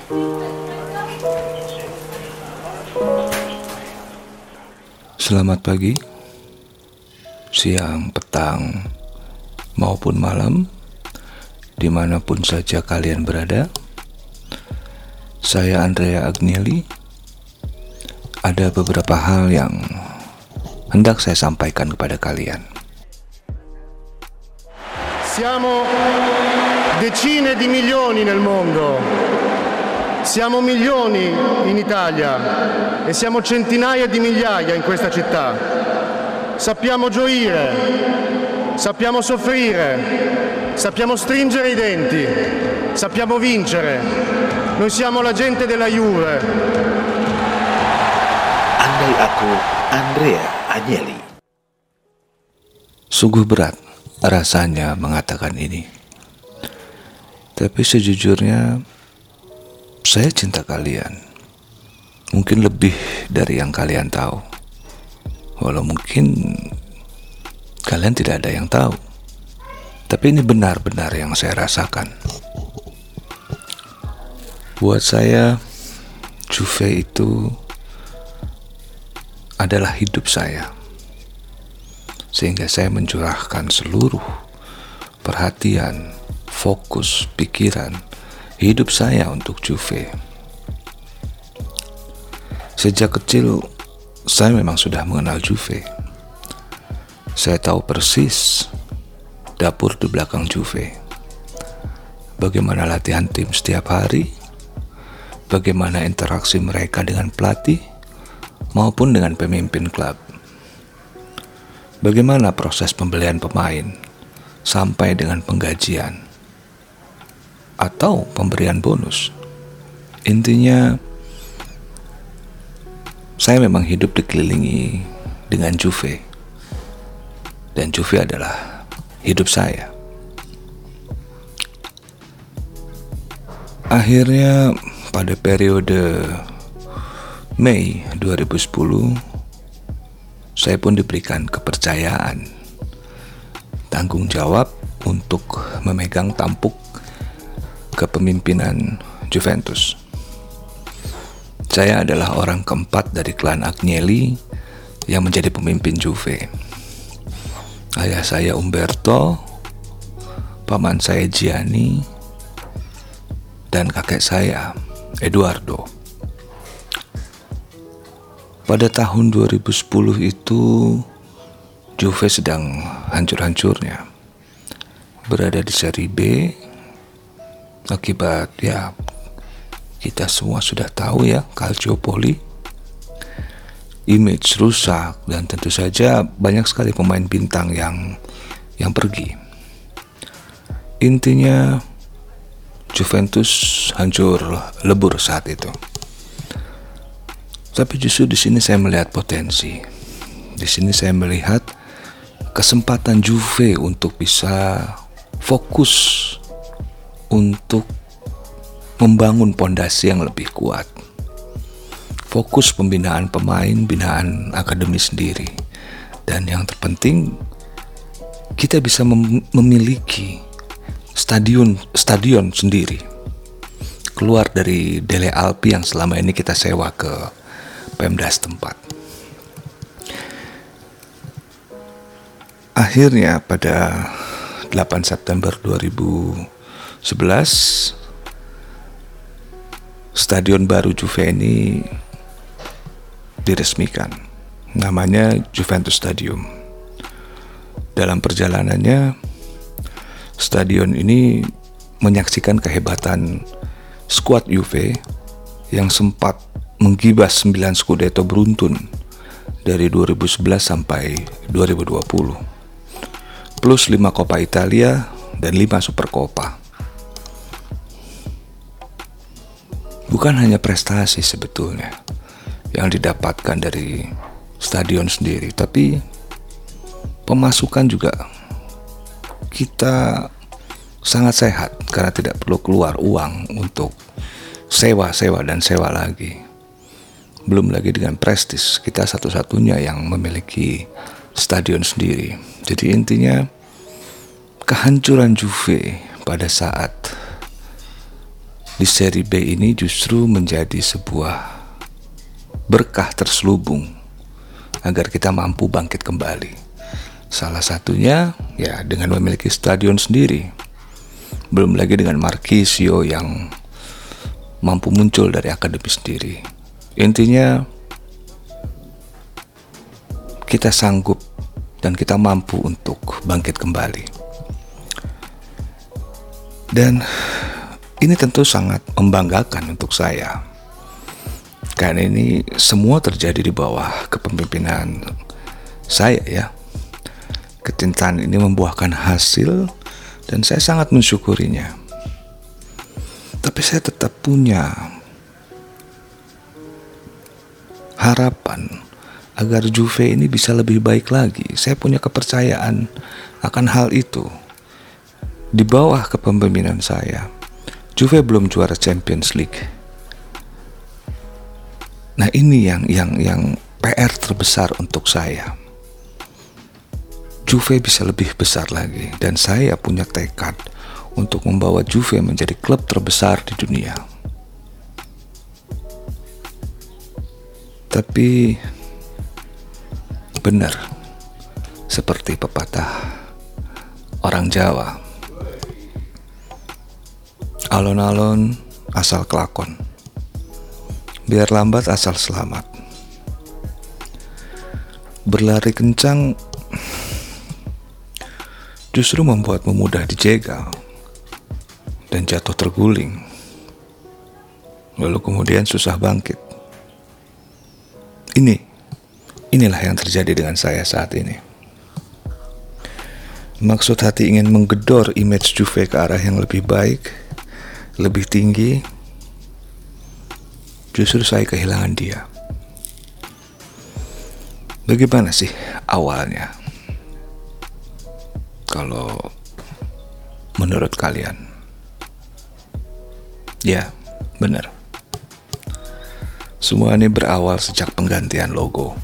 Selamat pagi, siang, petang, maupun malam, dimanapun saja kalian berada. Saya Andrea Agnelli. Ada beberapa hal yang hendak saya sampaikan kepada kalian. Siamo decine di milioni nel mondo, siamo milioni in Italia e siamo centinaia di migliaia in questa città. Sappiamo gioire, sappiamo soffrire, sappiamo stringere i denti, sappiamo vincere. Noi siamo la gente della Juve. Andai aku Andrea Agnelli. Sungguh berat rasanya mengatakan ini. Tapi sejujurnya saya cinta kalian. Mungkin lebih dari yang kalian tahu. Walau mungkin kalian tidak ada yang tahu. Tapi ini benar-benar yang saya rasakan. Buat saya, Juve itu adalah hidup saya. Sehingga saya mencurahkan seluruh perhatian, fokus, pikiran, hidup saya untuk Juve. Sejak kecil, saya memang sudah mengenal Juve. Saya tahu persis dapur di belakang Juve. Bagaimana latihan tim setiap hari, bagaimana interaksi mereka dengan pelatih, maupun dengan pemimpin klub. Bagaimana proses pembelian pemain sampai dengan penggajian atau pemberian bonus. Intinya, saya memang hidup dikelilingi dengan Juve. Dan Juve adalah hidup saya. Akhirnya pada periode Mei 2010, saya pun diberikan kepercayaan, tanggung jawab untuk memegang tampuk kepemimpinan Juventus. Saya adalah orang keempat dari klan Agnelli yang menjadi pemimpin Juve. Ayah saya Umberto, paman saya Gianni, dan kakek saya Eduardo. Pada tahun 2010 itu Juve sedang hancur-hancurnya, berada di Serie B akibat kita semua sudah tahu ya, Calciopoli, image rusak, dan tentu saja banyak sekali pemain bintang yang pergi. Intinya Juventus hancur lebur saat itu. Tapi justru di sini saya melihat potensi. Di sini saya melihat kesempatan Juve untuk bisa fokus untuk membangun pondasi yang lebih kuat. Fokus pembinaan pemain, binaan akademi sendiri. Dan yang terpenting, kita bisa memiliki stadion sendiri. Keluar dari Delle Alpi yang selama ini kita sewa ke Pemda setempat. Akhirnya pada 8 September 2011, stadion baru Juve ini diresmikan. Namanya Juventus Stadium. Dalam perjalanannya, stadion ini menyaksikan kehebatan skuad Juve yang sempat menggibas 9 Scudetto beruntun dari 2011 sampai 2020, plus 5 Coppa Italia dan 5 Supercoppa. Bukan hanya prestasi sebetulnya yang didapatkan dari stadion sendiri, tapi pemasukan juga kita sangat sehat karena tidak perlu keluar uang untuk sewa dan sewa lagi. Belum lagi dengan prestis, kita satu-satunya yang memiliki stadion sendiri. Jadi intinya, kehancuran Juve pada saat di seri B ini justru menjadi sebuah berkah terselubung agar kita mampu bangkit kembali. Salah satunya ya dengan memiliki stadion sendiri, belum lagi dengan Marquisio yang mampu muncul dari akademi sendiri. Intinya kita sanggup dan kita mampu untuk bangkit kembali. Dan ini tentu sangat membanggakan untuk saya, karena ini semua terjadi di bawah kepemimpinan saya ya. Kecintaan ini membuahkan hasil dan saya sangat mensyukurinya. Tapi saya tetap punya harapan agar Juve ini bisa lebih baik lagi. Saya punya kepercayaan akan hal itu. Di bawah kepemimpinan saya, Juve belum juara Champions League. Nah, ini yang PR terbesar untuk saya. Juve bisa lebih besar lagi dan saya punya tekad untuk membawa Juve menjadi klub terbesar di dunia. Tapi benar seperti pepatah orang Jawa, alon-alon asal kelakon, biar lambat asal selamat. Berlari kencang justru membuatmu mudah dijegal dan jatuh terguling, lalu kemudian susah bangkit. Inilah yang terjadi dengan saya saat ini. Maksud hati ingin menggedor image Juve ke arah yang lebih baik, lebih tinggi, justru saya kehilangan dia. Bagaimana sih awalnya? Kalau menurut kalian? Ya, benar. Semua ini berawal sejak penggantian logo.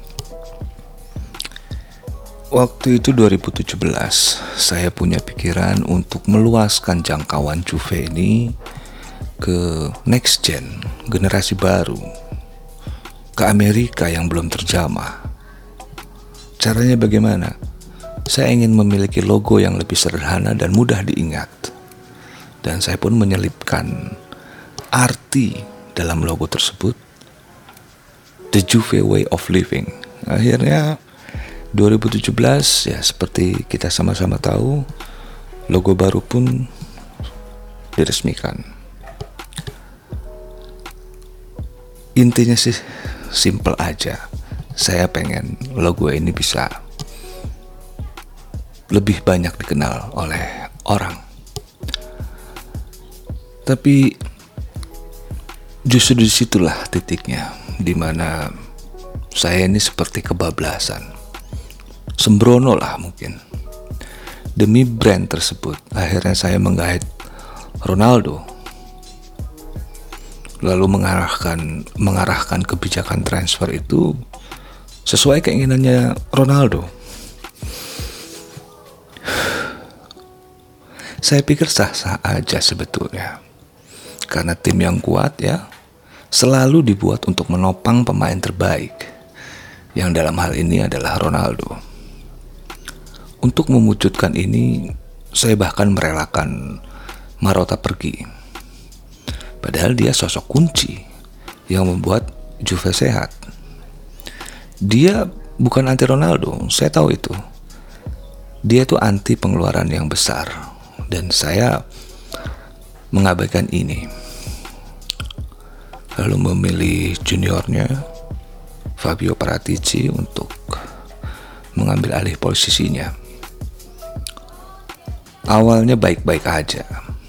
Waktu itu 2017, saya punya pikiran untuk meluaskan jangkauan Juve ini ke next gen, generasi baru, ke Amerika yang belum terjamah. Caranya bagaimana? Saya ingin memiliki logo yang lebih sederhana dan mudah diingat. Dan saya pun menyelipkan arti dalam logo tersebut, The Juve Way of Living. Akhirnya 2017 ya seperti kita sama-sama tahu, logo baru pun diresmikan. Intinya sih simple aja. Saya pengen logo ini bisa lebih banyak dikenal oleh orang. Tapi justru disitulah titiknya dimana saya ini seperti kebablasan, sembrono lah mungkin. Demi brand tersebut, akhirnya saya menggait Ronaldo, lalu mengarahkan kebijakan transfer itu sesuai keinginannya Ronaldo. Saya pikir sah-sah aja sebetulnya, karena tim yang kuat ya selalu dibuat untuk menopang pemain terbaik, yang dalam hal ini adalah Ronaldo. Untuk mewujudkan ini, saya bahkan merelakan Marotta pergi, padahal dia sosok kunci yang membuat Juve sehat. Dia bukan anti Ronaldo, saya tahu itu. Dia tuh anti pengeluaran yang besar. Dan saya mengabaikan ini, lalu memilih juniornya Fabio Paratici untuk mengambil alih posisinya. Awalnya baik-baik aja,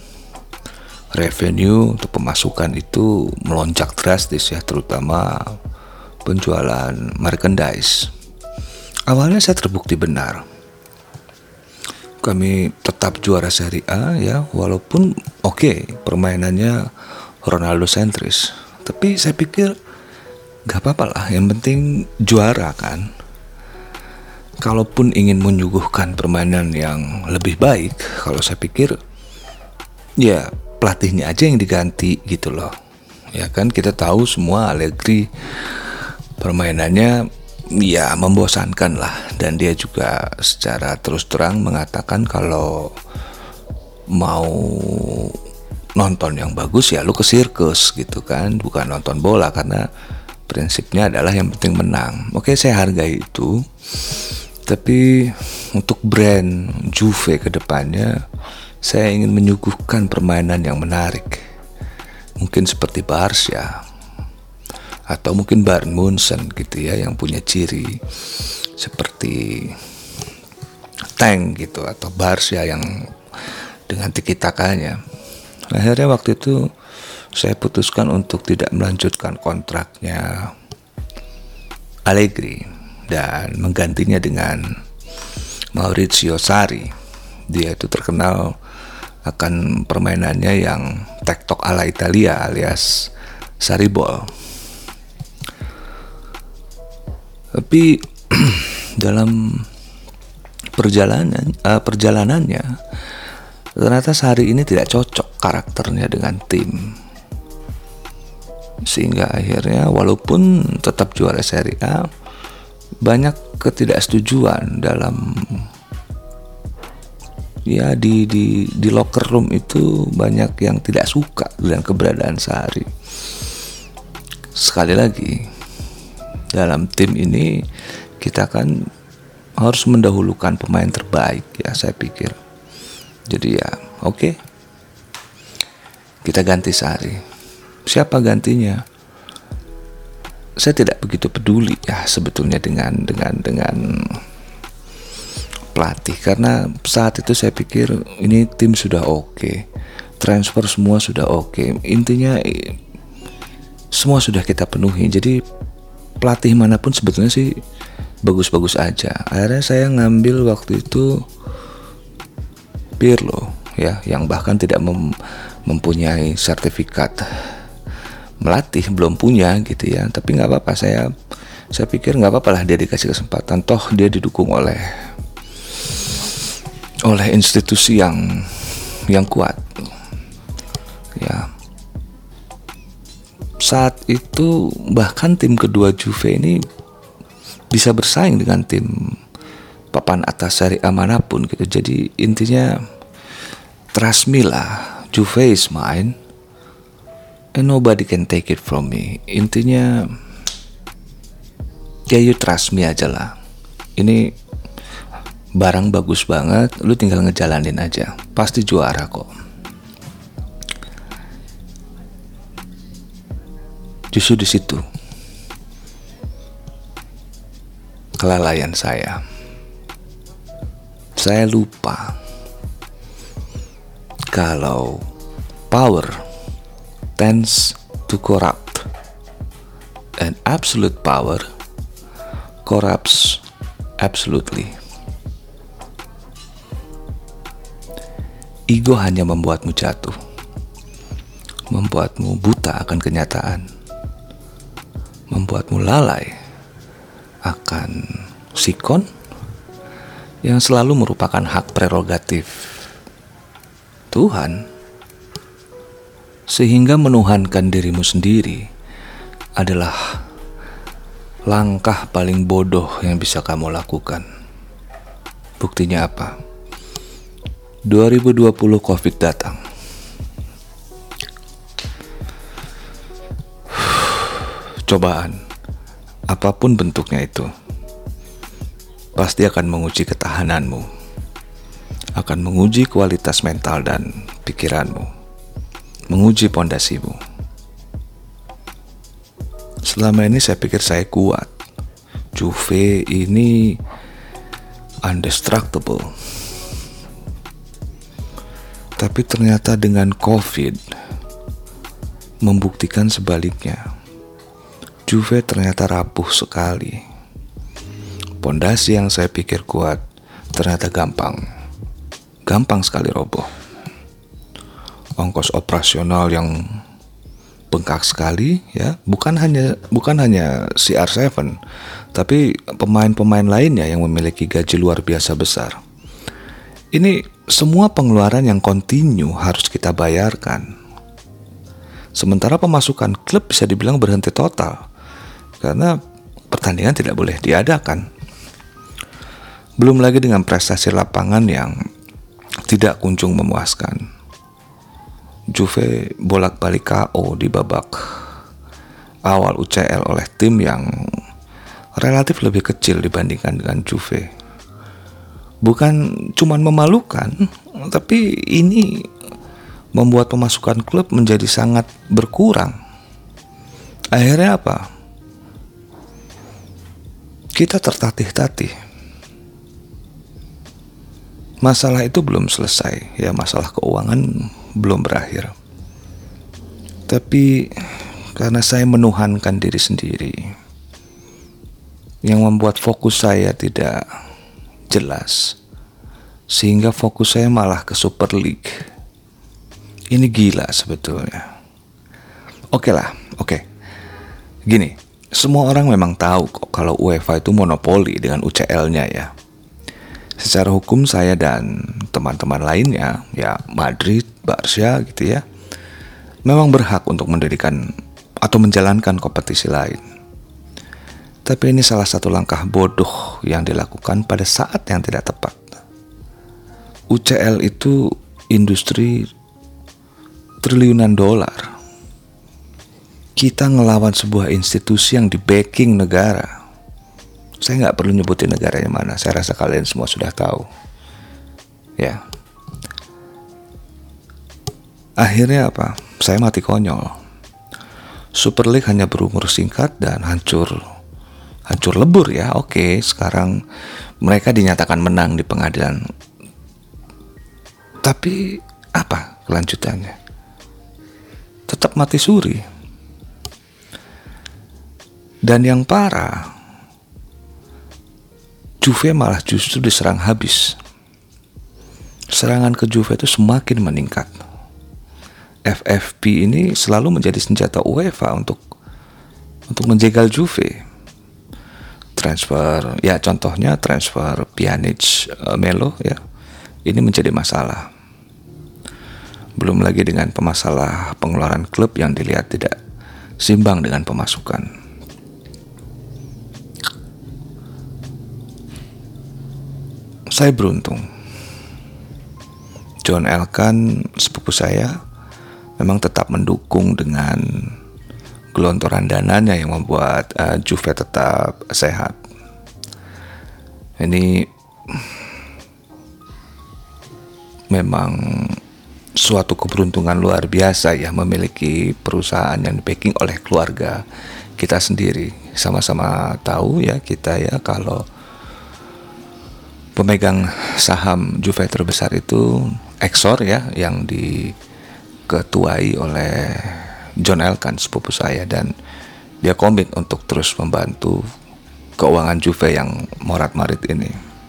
revenue untuk pemasukan itu melonjak drastis ya, terutama penjualan merchandise. Awalnya saya terbukti benar. Kami tetap juara Serie A ya, walaupun permainannya Ronaldo sentris. Tapi saya pikir gak apa-apa lah, yang penting juara kan. Kalaupun ingin menyuguhkan permainan yang lebih baik, kalau saya pikir ya pelatihnya aja yang diganti gitu loh. Ya kan kita tahu semua Allegri permainannya ya membosankan lah, dan dia juga secara terus terang mengatakan kalau mau nonton yang bagus ya lu ke sirkus gitu kan, bukan nonton bola, karena prinsipnya adalah yang penting menang. Oke, saya hargai itu. Tapi untuk brand Juve ke depannya, saya ingin menyuguhkan permainan yang menarik. Mungkin seperti Barca atau mungkin Bayern Munchen gitu ya, yang punya ciri seperti tank gitu, atau Barca yang dengan tiki-takanya. Akhirnya waktu itu saya putuskan untuk tidak melanjutkan kontraknya Allegri dan menggantinya dengan Maurizio Sarri. Dia itu terkenal akan permainannya yang tektok ala Italia alias Sarriball. Tapi dalam perjalanannya ternyata Sarri ini tidak cocok karakternya dengan tim, sehingga akhirnya walaupun tetap juara Serie A, banyak ketidaksetujuan dalam ya di locker room itu, banyak yang tidak suka dengan keberadaan Sarri. Sekali lagi, dalam tim ini kita kan harus mendahulukan pemain terbaik ya, saya pikir. Jadi ya oke, kita ganti Sarri. Siapa gantinya? Saya tidak begitu peduli ya sebetulnya dengan pelatih, karena saat itu saya pikir ini tim sudah oke, transfer semua sudah oke, intinya semua sudah kita penuhi. Jadi pelatih manapun sebetulnya sih bagus-bagus aja. Akhirnya saya ngambil waktu itu Pirlo ya, yang bahkan tidak mempunyai sertifikat melatih, belum punya gitu ya. Tapi nggak apa-apa, saya pikir nggak apa-apa lah dia dikasih kesempatan, toh dia didukung oleh institusi yang kuat ya. Saat itu bahkan tim kedua Juve ini bisa bersaing dengan tim papan atas Serie A manapun gitu. Jadi intinya trust me lah, Juve is mine and nobody can take it from me. Intinya ya you trust me aja lah, ini barang bagus banget, lu tinggal ngejalanin aja, pasti juara kok. Justru di situ kelalaian saya lupa kalau power tends to corrupt and absolute power corrupts absolutely. Ego hanya membuatmu jatuh, membuatmu buta akan kenyataan, membuatmu lalai akan sikon yang selalu merupakan hak prerogatif Tuhan, sehingga menuhankan dirimu sendiri adalah langkah paling bodoh yang bisa kamu lakukan. Buktinya apa? 2020 COVID datang. Cobaan, apapun bentuknya itu, pasti akan menguji ketahananmu, akan menguji kualitas mental dan pikiranmu, menguji pondasimu. Selama ini saya pikir saya kuat, Juve ini indestructible. Tapi ternyata dengan COVID membuktikan sebaliknya. Juve ternyata rapuh sekali. Pondasi yang saya pikir kuat ternyata gampang sekali roboh. Ongkos operasional yang bengkak sekali ya, bukan hanya CR7, tapi pemain-pemain lainnya yang memiliki gaji luar biasa besar. Ini semua pengeluaran yang kontinu harus kita bayarkan. Sementara pemasukan klub bisa dibilang berhenti total karena pertandingan tidak boleh diadakan. Belum lagi dengan prestasi lapangan yang tidak kunjung memuaskan. Juve bolak-balik KO di babak awal UCL oleh tim yang relatif lebih kecil dibandingkan dengan Juve. Bukan cuman memalukan, tapi ini membuat pemasukan klub menjadi sangat berkurang. Akhirnya apa? Kita tertatih-tatih. Masalah itu belum selesai, ya, masalah keuangan belum berakhir. Tapi karena saya menuhankan diri sendiri, yang membuat fokus saya tidak jelas, sehingga fokus saya malah ke Super League. Ini gila sebetulnya. Oke. Gini, semua orang memang tahu kok kalau UEFA itu monopoli dengan UCL-nya ya. Secara hukum saya dan teman-teman lainnya, ya Madrid, Barca gitu ya, memang berhak untuk mendirikan atau menjalankan kompetisi lain. Tapi ini salah satu langkah bodoh yang dilakukan pada saat yang tidak tepat. UCL itu industri triliunan dolar. Kita ngelawan sebuah institusi yang di-backing negara. Saya nggak perlu nyebutin negaranya mana, saya rasa kalian semua sudah tahu. Ya. Akhirnya apa? Saya mati konyol. Super League hanya berumur singkat dan hancur lebur ya. Oke, sekarang mereka dinyatakan menang di pengadilan. Tapi apa kelanjutannya? Tetap mati suri. Dan yang parah, Juve malah justru diserang habis. Serangan ke Juve itu semakin meningkat. FFP ini selalu menjadi senjata UEFA untuk menjegal Juve. Transfer, ya contohnya transfer Pjanic, Melo ya, ini menjadi masalah. Belum lagi dengan pemasalah pengeluaran klub yang dilihat tidak seimbang dengan pemasukan. Saya beruntung. John Elkann, sepupu saya, memang tetap mendukung dengan gelontoran dananya yang membuat Juve tetap sehat. Ini memang suatu keberuntungan luar biasa ya, memiliki perusahaan yang di-backing oleh keluarga kita sendiri. Sama-sama tahu ya kita ya, kalau pemegang saham Juve terbesar itu Exor ya, yang diketuai oleh John Elkann, sepupu saya, dan dia komit untuk terus membantu keuangan Juve yang morat-marit ini.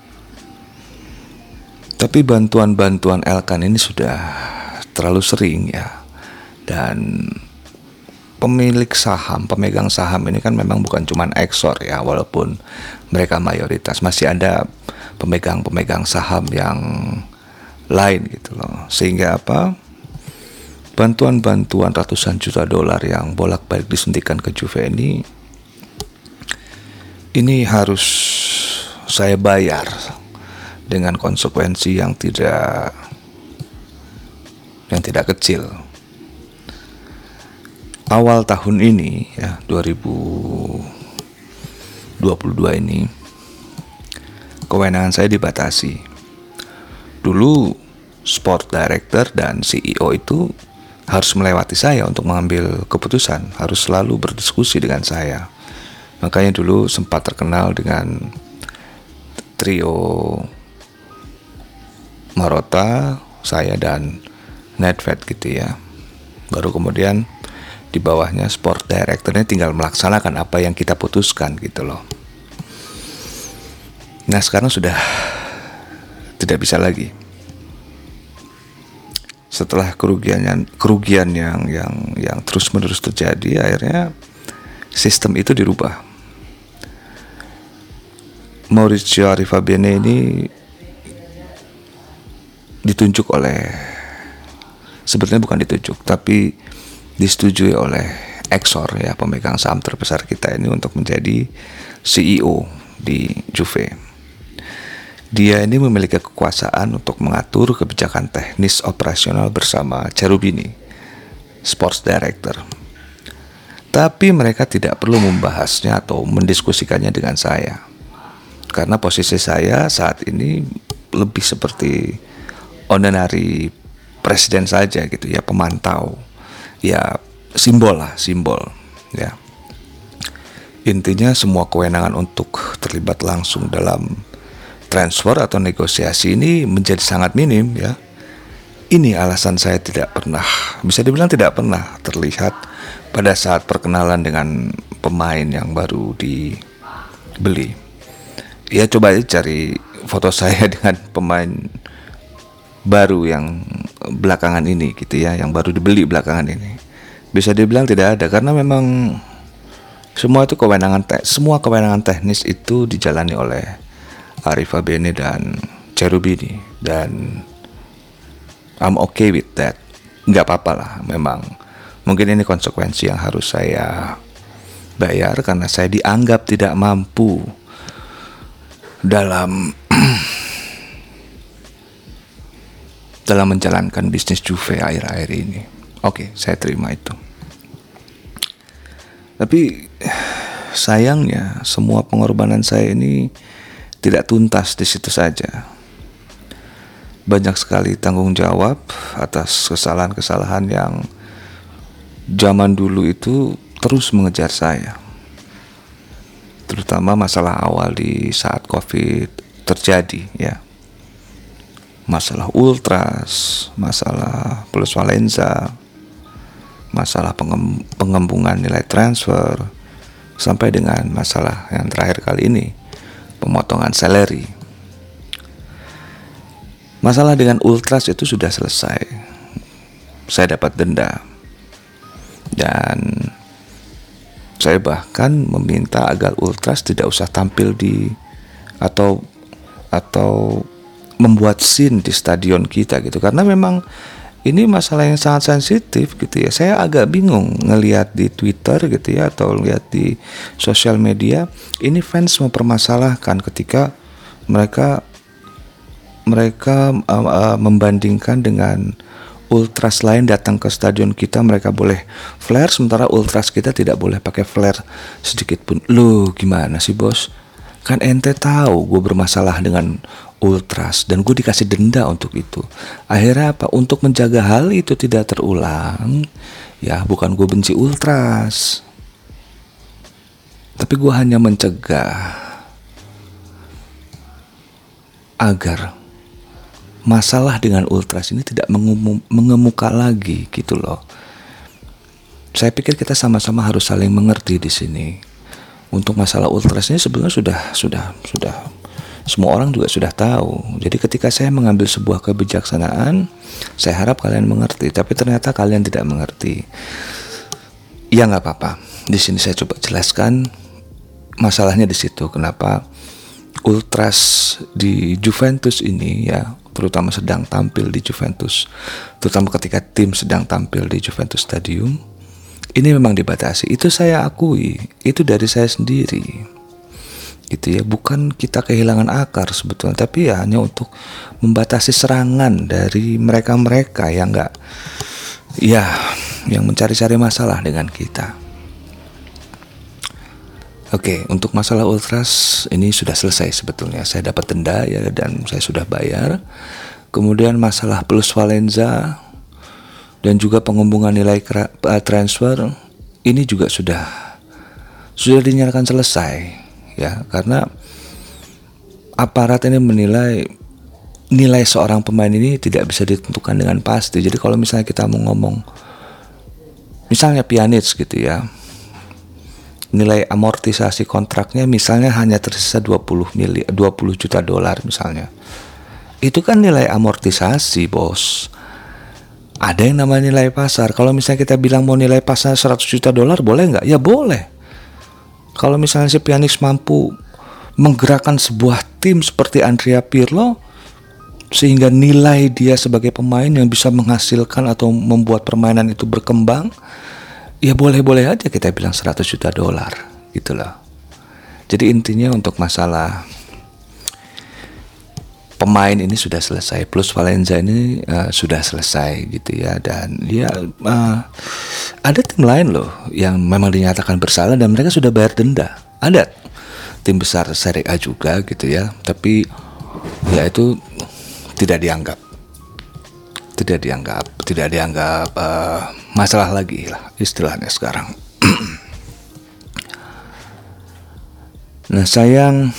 Tapi bantuan-bantuan Elkann ini sudah terlalu sering ya, dan pemegang saham ini kan memang bukan cuma Exor ya, walaupun mereka mayoritas, masih ada pemegang saham yang lain gitu loh. Sehingga apa? Bantuan-bantuan ratusan juta dolar yang bolak-balik disuntikan ke Juve ini harus saya bayar dengan konsekuensi yang tidak kecil. Awal tahun ini ya, 2022 ini, kewenangan saya dibatasi. Dulu sport director dan CEO itu harus melewati saya untuk mengambil keputusan, harus selalu berdiskusi dengan saya. Makanya dulu sempat terkenal dengan trio Marotta, saya dan Nedved gitu ya. Baru kemudian di bawahnya sport directornya tinggal melaksanakan apa yang kita putuskan gitu loh. Nah sekarang sudah tidak bisa lagi. Setelah kerugian yang terus-menerus terjadi, akhirnya sistem itu dirubah. Maurizio Arrivabene ini ditunjuk oleh, sebetulnya bukan ditunjuk, tapi disetujui oleh Exor ya, pemegang saham terbesar kita ini, untuk menjadi CEO di Juve. Dia ini memiliki kekuasaan untuk mengatur kebijakan teknis operasional bersama Cherubini, Sports Director. Tapi mereka tidak perlu membahasnya atau mendiskusikannya dengan saya, karena posisi saya saat ini lebih seperti honorary presiden saja gitu ya, pemantau ya, simbol ya. Intinya semua kewenangan untuk terlibat langsung dalam transfer atau negosiasi ini menjadi sangat minim ya. Ini alasan saya tidak pernah, bisa dibilang tidak pernah terlihat pada saat perkenalan dengan pemain yang baru dibeli. Ya coba aja cari foto saya dengan pemain baru yang belakangan ini gitu ya, yang baru dibeli belakangan ini. Bisa dibilang tidak ada, karena memang semua kewenangan teknis itu dijalani oleh Arriva Bene dan Cherubini, dan I'm okay with that. Nggak apa-apa lah, memang mungkin ini konsekuensi yang harus saya bayar karena saya dianggap tidak mampu dalam menjalankan bisnis Juve akhir-akhir ini. Oke, saya terima itu. Tapi sayangnya semua pengorbanan saya ini tidak tuntas di situ saja. Banyak sekali tanggung jawab atas kesalahan-kesalahan yang zaman dulu itu terus mengejar saya. Terutama masalah awal di saat COVID terjadi ya. Masalah ultras, masalah plusvalenza, masalah pengembungan nilai transfer, sampai dengan masalah yang terakhir kali ini, pemotongan salary. Masalah dengan ultras itu sudah selesai. Saya dapat denda. Dan saya bahkan meminta agar ultras tidak usah tampil di atau membuat scene di stadion kita gitu, karena memang ini masalah yang sangat sensitif gitu ya. Saya agak bingung ngelihat di Twitter gitu ya, atau lihat di sosial media, ini fans mempermasalahkan ketika mereka membandingkan dengan ultras lain datang ke stadion kita, mereka boleh flare, sementara ultras kita tidak boleh pakai flare sedikit pun. Loh, gimana sih bos? Kan ente tahu gue bermasalah dengan ultras dan gue dikasih denda untuk itu. Akhirnya apa? Untuk menjaga hal itu tidak terulang, ya bukan gue benci ultras, tapi gue hanya mencegah agar masalah dengan ultras ini tidak mengemuka lagi gitu loh. Saya pikir kita sama-sama harus saling mengerti di sini. Untuk masalah ultras ini sebenarnya sudah semua orang juga sudah tahu. Jadi ketika saya mengambil sebuah kebijaksanaan, saya harap kalian mengerti. Tapi ternyata kalian tidak mengerti. Ya nggak apa-apa. Di sini saya coba jelaskan masalahnya di situ. Kenapa ultras di Juventus ini ya, terutama sedang tampil di Juventus, terutama ketika tim sedang tampil di Juventus Stadium, ini memang dibatasi. Itu saya akui, itu dari saya sendiri gitu ya. Bukan kita kehilangan akar sebetulnya, tapi ya hanya untuk membatasi serangan dari mereka-mereka yang enggak, ya, yang mencari-cari masalah dengan kita. Oke, untuk masalah ultras ini sudah selesai sebetulnya. Saya dapat denda ya, dan saya sudah bayar. Kemudian masalah plusvalenza dan juga pengembungan nilai transfer ini juga sudah dinyatakan selesai ya, karena aparat ini menilai nilai seorang pemain ini tidak bisa ditentukan dengan pasti. Jadi kalau misalnya kita mau ngomong misalnya Pjanic gitu ya, nilai amortisasi kontraknya misalnya hanya tersisa 20 juta dolar misalnya. Itu kan nilai amortisasi, bos. Ada yang namanya nilai pasar. Kalau misalnya kita bilang mau nilai pasar 100 juta dolar, boleh nggak? Ya boleh. Kalau misalnya si Pjanic mampu menggerakkan sebuah tim seperti Andrea Pirlo, sehingga nilai dia sebagai pemain yang bisa menghasilkan atau membuat permainan itu berkembang, ya boleh-boleh aja kita bilang $100 juta gitu loh. Jadi intinya untuk masalah pemain ini sudah selesai, plus Valencia ini sudah selesai gitu ya. Dan ya ada tim lain loh yang memang dinyatakan bersalah dan mereka sudah bayar denda. Ada tim besar Serie A juga gitu ya, tapi ya itu tidak dianggap masalah lagi lah istilahnya sekarang. Nah sayang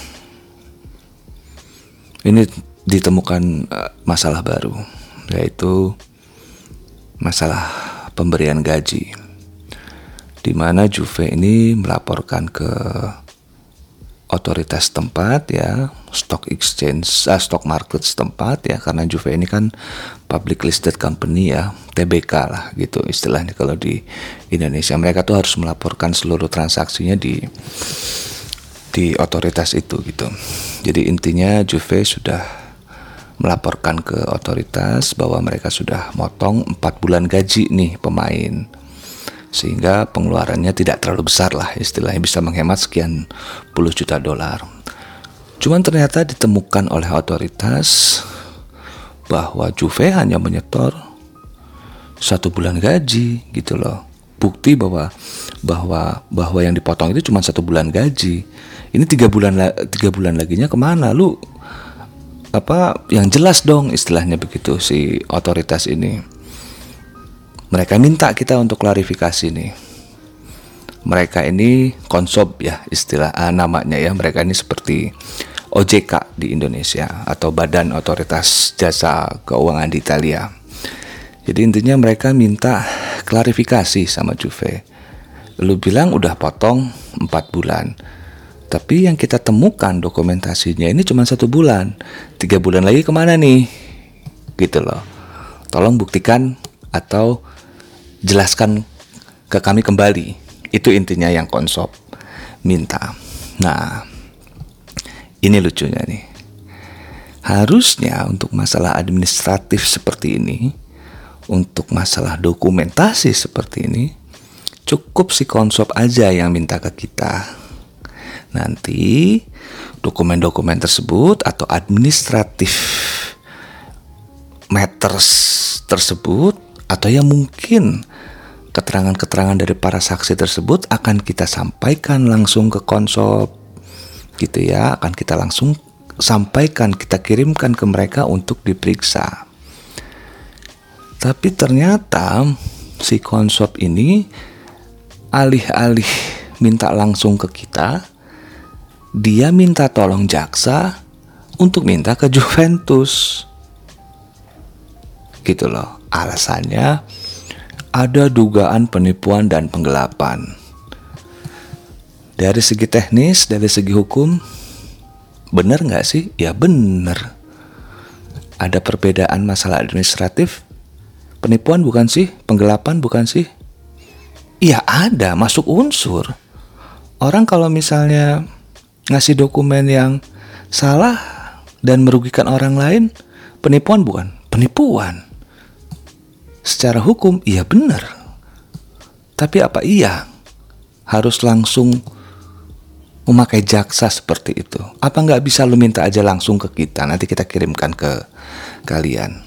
ini ditemukan masalah baru, yaitu masalah pemberian gaji, di mana Juve ini melaporkan ke otoritas tempat ya, stock market setempat ya, karena Juve ini kan public listed company ya, TBK lah gitu istilahnya kalau di Indonesia. Mereka tuh harus melaporkan seluruh transaksinya di otoritas itu gitu. Jadi intinya Juve sudah melaporkan ke otoritas bahwa mereka sudah motong 4 bulan gaji nih pemain, sehingga pengeluarannya tidak terlalu besar lah istilahnya, bisa menghemat sekian puluh juta dolar. Cuman ternyata ditemukan oleh otoritas bahwa Juve hanya menyetor 1 bulan gaji gitu loh. Bukti bahwa yang dipotong itu cuma 1 bulan gaji. Ini 3 bulan laginya kemana lu? Yang jelas dong istilahnya begitu si otoritas ini. Mereka minta kita untuk klarifikasi nih. Mereka ini konsob ya istilah namanya ya. Mereka ini seperti OJK di Indonesia atau Badan Otoritas Jasa Keuangan di Italia. Jadi intinya mereka minta klarifikasi sama Juve. Lu bilang udah potong 4 bulan, tapi yang kita temukan dokumentasinya ini cuma 1 bulan. 3 bulan lagi kemana nih? Gitu loh. Tolong buktikan atau jelaskan ke kami kembali. Itu intinya yang konsob minta. Nah, ini lucunya nih. Harusnya untuk masalah administratif seperti ini, untuk masalah dokumentasi seperti ini, cukup si konsob aja yang minta ke kita. Nanti dokumen-dokumen tersebut atau administratif matters tersebut, atau ya mungkin keterangan-keterangan dari para saksi tersebut akan kita sampaikan langsung ke konsob gitu ya, akan kita langsung sampaikan, kita kirimkan ke mereka untuk diperiksa. Tapi ternyata si konsob ini alih-alih minta langsung ke kita, dia minta tolong jaksa untuk minta ke Juventus gitu loh. Alasannya ada dugaan penipuan dan penggelapan. Dari segi teknis, dari segi hukum, benar nggak sih? Ya benar. Ada perbedaan masalah administratif. Penipuan bukan sih? Penggelapan bukan sih? Iya ada, masuk unsur. Orang kalau misalnya ngasih dokumen yang salah dan merugikan orang lain, penipuan bukan? Penipuan. Secara hukum, iya benar. Tapi apa iya harus langsung memakai jaksa seperti itu? Apa nggak bisa lu minta aja langsung ke kita, nanti kita kirimkan ke kalian?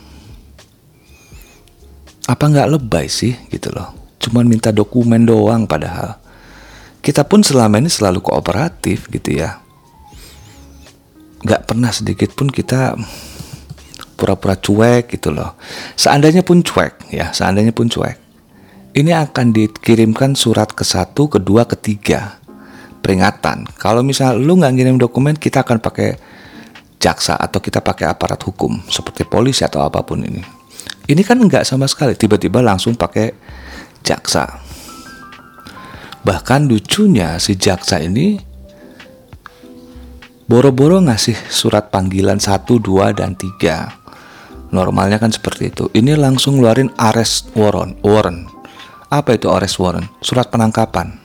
Apa nggak lebay sih gitu loh? Cuman minta dokumen doang, padahal kita pun selama ini selalu kooperatif gitu ya. Nggak pernah sedikit pun kita pura-pura cuek gitu loh. Seandainya pun cuek, ini akan dikirimkan surat ke-1, ke-2, ke-3 peringatan. Kalau misal lu nggak ngirim dokumen, kita akan pakai jaksa atau kita pakai aparat hukum seperti polisi atau apapun ini. Ini kan nggak sama sekali, tiba-tiba langsung pakai jaksa. Bahkan lucunya si jaksa ini boro-boro ngasih surat panggilan 1, 2, dan 3. Normalnya kan seperti itu. Ini langsung ngeluarin arrest warrant. Apa itu arrest warrant? Surat penangkapan.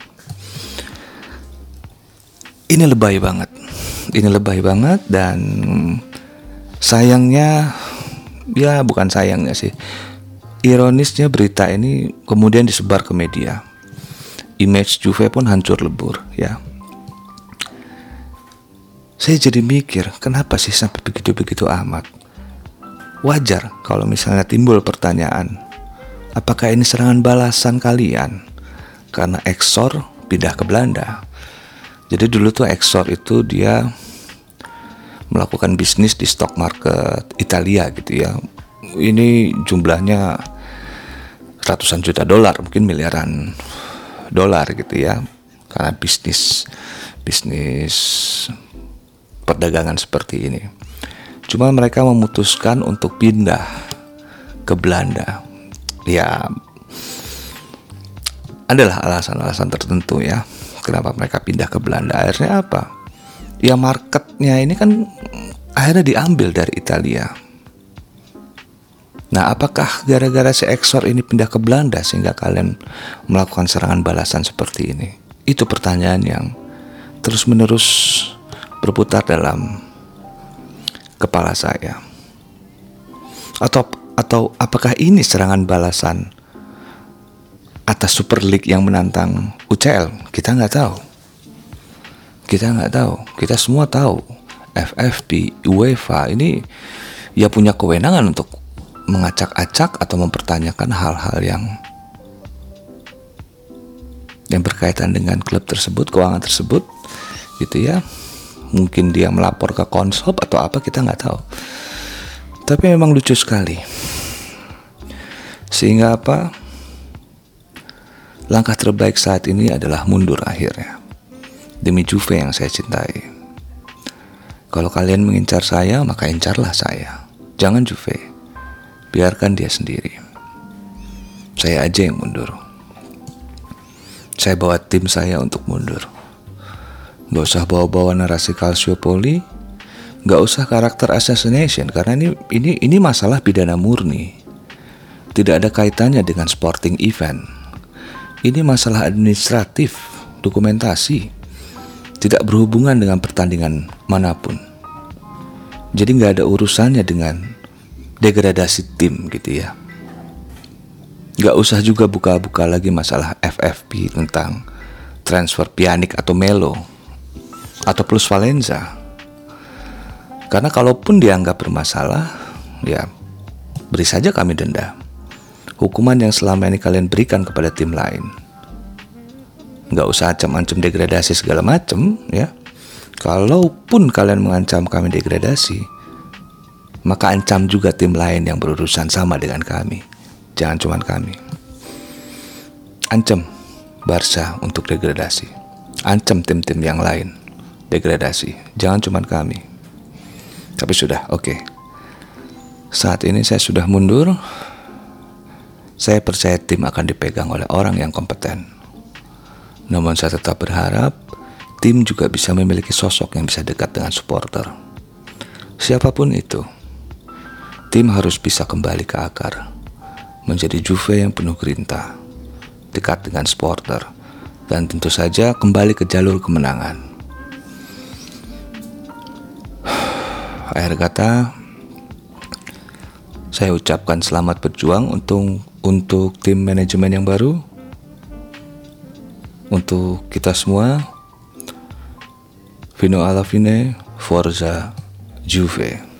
Ini lebay banget dan Sayangnya, ya bukan sayangnya sih, ironisnya berita ini kemudian disebar ke media. Image Juve pun hancur lebur ya. Saya jadi mikir, kenapa sih sampai begitu-begitu amat? Wajar kalau misalnya timbul pertanyaan, apakah ini serangan balasan kalian karena Exor pindah ke Belanda? Jadi dulu tuh Exor itu dia melakukan bisnis di stock market Italia gitu ya. Ini jumlahnya ratusan juta dolar, mungkin miliaran dolar gitu ya. Karena bisnis perdagangan seperti ini. Cuma mereka memutuskan untuk pindah ke Belanda. Ya, adalah alasan-alasan tertentu ya kenapa mereka pindah ke Belanda. Akhirnya apa? Ya marketnya ini kan akhirnya diambil dari Italia. Nah, apakah gara-gara si Exor ini pindah ke Belanda sehingga kalian melakukan serangan balasan seperti ini? Itu pertanyaan yang terus-menerus berputar dalam kepala saya. Atau apakah ini serangan balasan atas Super League yang menantang UCL? Kita nggak tahu. Kita semua tahu FFP, UEFA ini ya punya kewenangan untuk mengacak-acak atau mempertanyakan hal-hal yang berkaitan dengan klub tersebut, keuangan tersebut, gitu ya. Mungkin dia melapor ke Konsob atau apa, kita nggak tahu. Tapi memang lucu sekali. Sehingga apa? Langkah terbaik saat ini adalah mundur akhirnya. Demi Juve yang saya cintai. Kalau kalian mengincar saya, maka incarlah saya. Jangan Juve. Biarkan dia sendiri. Saya aja yang mundur. Saya bawa tim saya untuk mundur. Gak usah bawa-bawa narasi Calciopoli. Gak usah karakter assassination. Karena ini masalah pidana murni. Tidak ada kaitannya dengan sporting event. Ini masalah administratif, dokumentasi. Tidak berhubungan dengan pertandingan manapun. Jadi gak ada urusannya dengan degradasi tim gitu ya. Gak usah juga buka-buka lagi masalah FFP tentang transfer Pjanic atau Melo atau plus Valenza. Karena kalaupun dianggap bermasalah, ya beri saja kami denda. Hukuman yang selama ini kalian berikan kepada tim lain. Gak usah ancam-ancam degradasi segala macam ya. Kalaupun kalian mengancam kami degradasi, maka ancam juga tim lain yang berurusan sama dengan kami. Jangan cuma kami. Ancam Barca untuk degradasi. Ancam tim-tim yang lain degradasi. Jangan cuma kami. Tapi sudah, oke. Saat ini saya sudah mundur. Saya percaya tim akan dipegang oleh orang yang kompeten. Namun saya tetap berharap tim juga bisa memiliki sosok yang bisa dekat dengan supporter. Siapapun itu, tim harus bisa kembali ke akar, menjadi Juve yang penuh grinta, dekat dengan supporter, dan tentu saja kembali ke jalur kemenangan. Akhir kata, saya ucapkan selamat berjuang untuk tim manajemen yang baru. Untuk kita semua, Fino alla fine, Forza Juve.